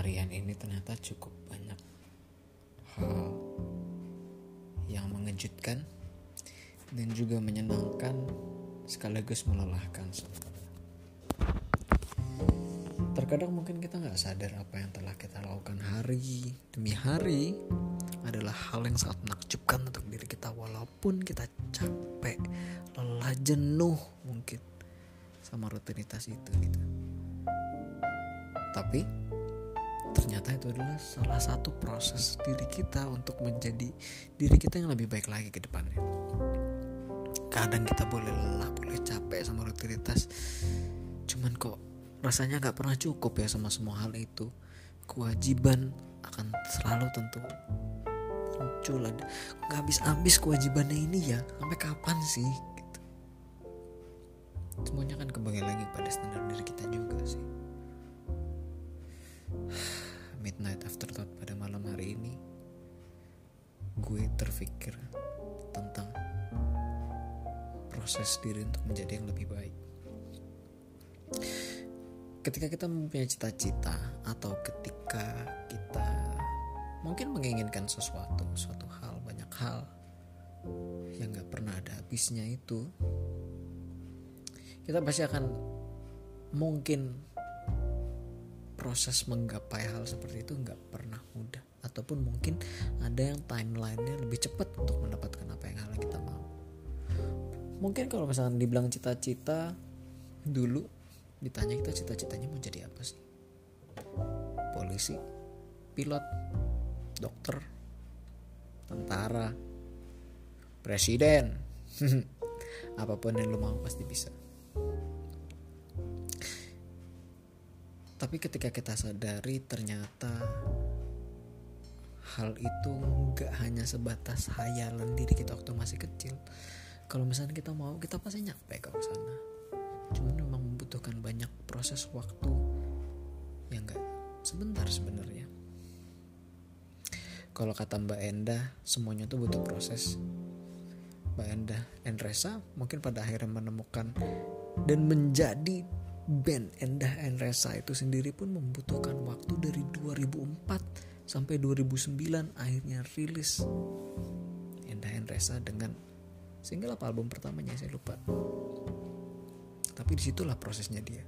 harian ini ternyata cukup banyak hal yang mengejutkan dan juga menyenangkan sekaligus melelahkan. Terkadang mungkin kita gak sadar apa yang telah kita lakukan hari demi hari adalah hal yang sangat menakjubkan untuk diri kita, walaupun kita capek, lelah, jenuh mungkin sama rutinitas itu gitu. Tapi ternyata itu adalah salah satu proses diri kita untuk menjadi diri kita yang lebih baik lagi ke depannya. Kadang kita boleh lelah, boleh capek sama rutinitas, cuman kok rasanya gak pernah cukup ya sama semua hal itu. Kewajiban akan selalu tentu muncul, ada gak habis-habis kewajibannya ini ya. Sampai kapan sih gitu. Semuanya kan kembali lagi pada standar diri kita juga sih. Midnight afterthought pada malam hari ini, gue terpikir tentang proses diri untuk menjadi yang lebih baik. Ketika kita mempunyai cita-cita atau ketika kita mungkin menginginkan suatu hal, banyak hal yang gak pernah ada habisnya itu, kita pasti akan mungkin proses menggapai hal seperti itu gak pernah mudah, ataupun mungkin ada yang timeline-nya lebih cepat untuk mendapatkan apa yang hal yang kita mau. Mungkin kalau misalkan dibilang cita-cita dulu, ditanya kita cita-citanya mau jadi apa sih? Polisi, pilot, dokter, tentara, presiden. Apapun yang lo mau pasti bisa. Tapi ketika kita sadari ternyata hal itu gak hanya sebatas hayalan diri kita waktu masih kecil. Kalau misalnya kita mau, kita pasti nyampe ke sana. Cuman memang membutuhkan banyak proses waktu yang gak sebentar sebenarnya. Kalau kata Mbak Endah, semuanya tuh butuh proses. Mbak Endah Endresa mungkin pada akhirnya menemukan dan menjadi band Endah Endresa itu sendiri pun membutuhkan waktu dari 2004 sampai 2009 akhirnya rilis Endah Endresa dengan single apa album pertamanya saya lupa. Tapi disitulah prosesnya dia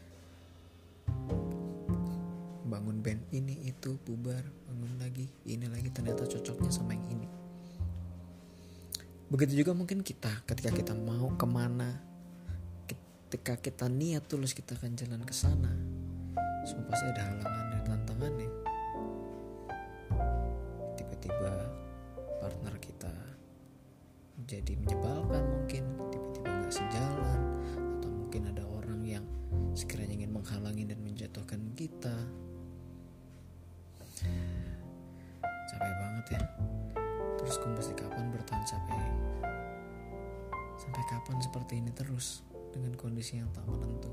bangun band ini itu, bubar, bangun lagi, ini lagi, ternyata cocoknya sama yang ini. Begitu juga mungkin kita, ketika kita mau kemana, ketika kita niat tulus kita akan jalan ke sana, semua pasti ada halangan dan tantangannya. Tiba-tiba partner kita jadi menyebalkan, mungkin tiba-tiba gak sejalan, atau mungkin ada orang yang sekiranya ingin menghalangi dan menjatuhkan kita. Capek banget ya. Terus gue mesti kapan bertahan sampai kapan seperti ini terus dengan kondisi yang tak menentu.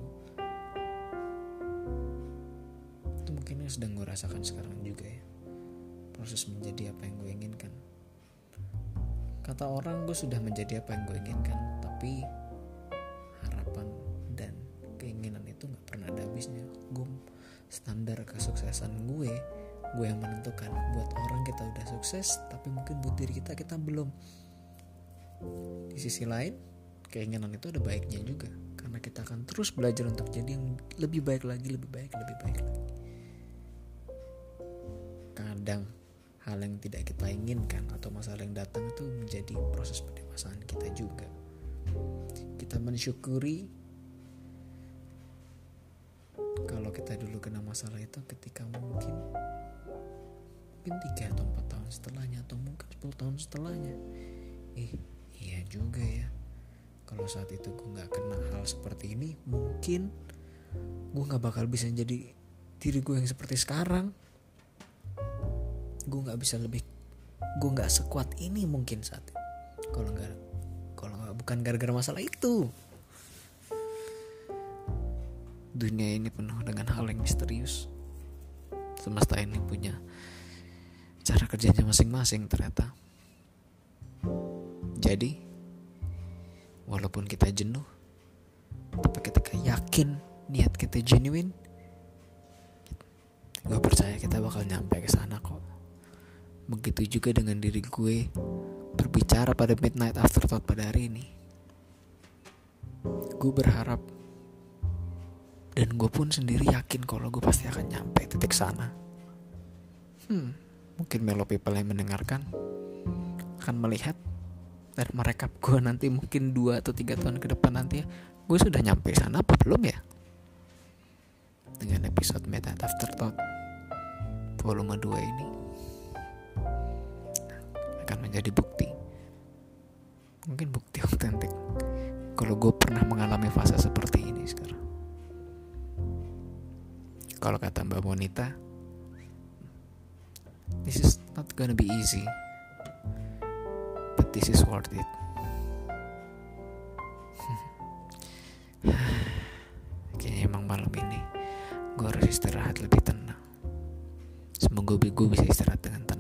Itu mungkin yang sedang gue rasakan sekarang juga ya. Proses menjadi apa yang gue inginkan. Kata orang gue sudah menjadi apa yang gue inginkan, tapi harapan dan keinginan itu gak pernah ada habisnya. Standar kesuksesan gue yang menentukan. Buat orang kita udah sukses, tapi mungkin buat diri kita belum. Di sisi lain, keinginan itu ada baiknya juga, karena kita akan terus belajar untuk jadi yang lebih baik lagi. Kadang hal yang tidak kita inginkan atau masalah yang datang itu menjadi proses pendewasaan kita juga. Kita mensyukuri kalau kita dulu kena masalah itu ketika mungkin 3 atau 4 tahun setelahnya, atau mungkin 10 tahun setelahnya. Iya juga ya, kalau saat itu gue gak kena hal seperti ini, mungkin gue gak bakal bisa jadi diri gue yang seperti sekarang. Gue gak sekuat ini mungkin saat itu, kalau bukan gara-gara masalah itu. Dunia ini penuh dengan hal yang misterius. Semesta ini punya cara kerjanya masing-masing ternyata. Jadi walaupun kita jenuh, tapi ketika yakin niat kita genuine, Gue percaya kita bakal nyampe ke sana kok. Begitu juga dengan diri gue berbicara pada midnight afterthought pada hari ini. Gue berharap dan gue pun sendiri yakin kalau gue pasti akan nyampe titik sana. Mungkin Melo people yang mendengarkan akan melihat dan merekap gue nanti mungkin 2 atau 3 tahun ke depan nanti ya, gue sudah nyampe sana apa belum ya? Dengan episode Midnight Afterthought volume 2 ini akan menjadi bukti, mungkin bukti otentik kalau gue pernah mengalami fase seperti ini sekarang. Kalau kata Mbak Monita, this is not gonna be easy, but this is worth it. Kayaknya emang malam ini gue harus istirahat lebih tenang. Semoga gue bisa istirahat dengan tenang.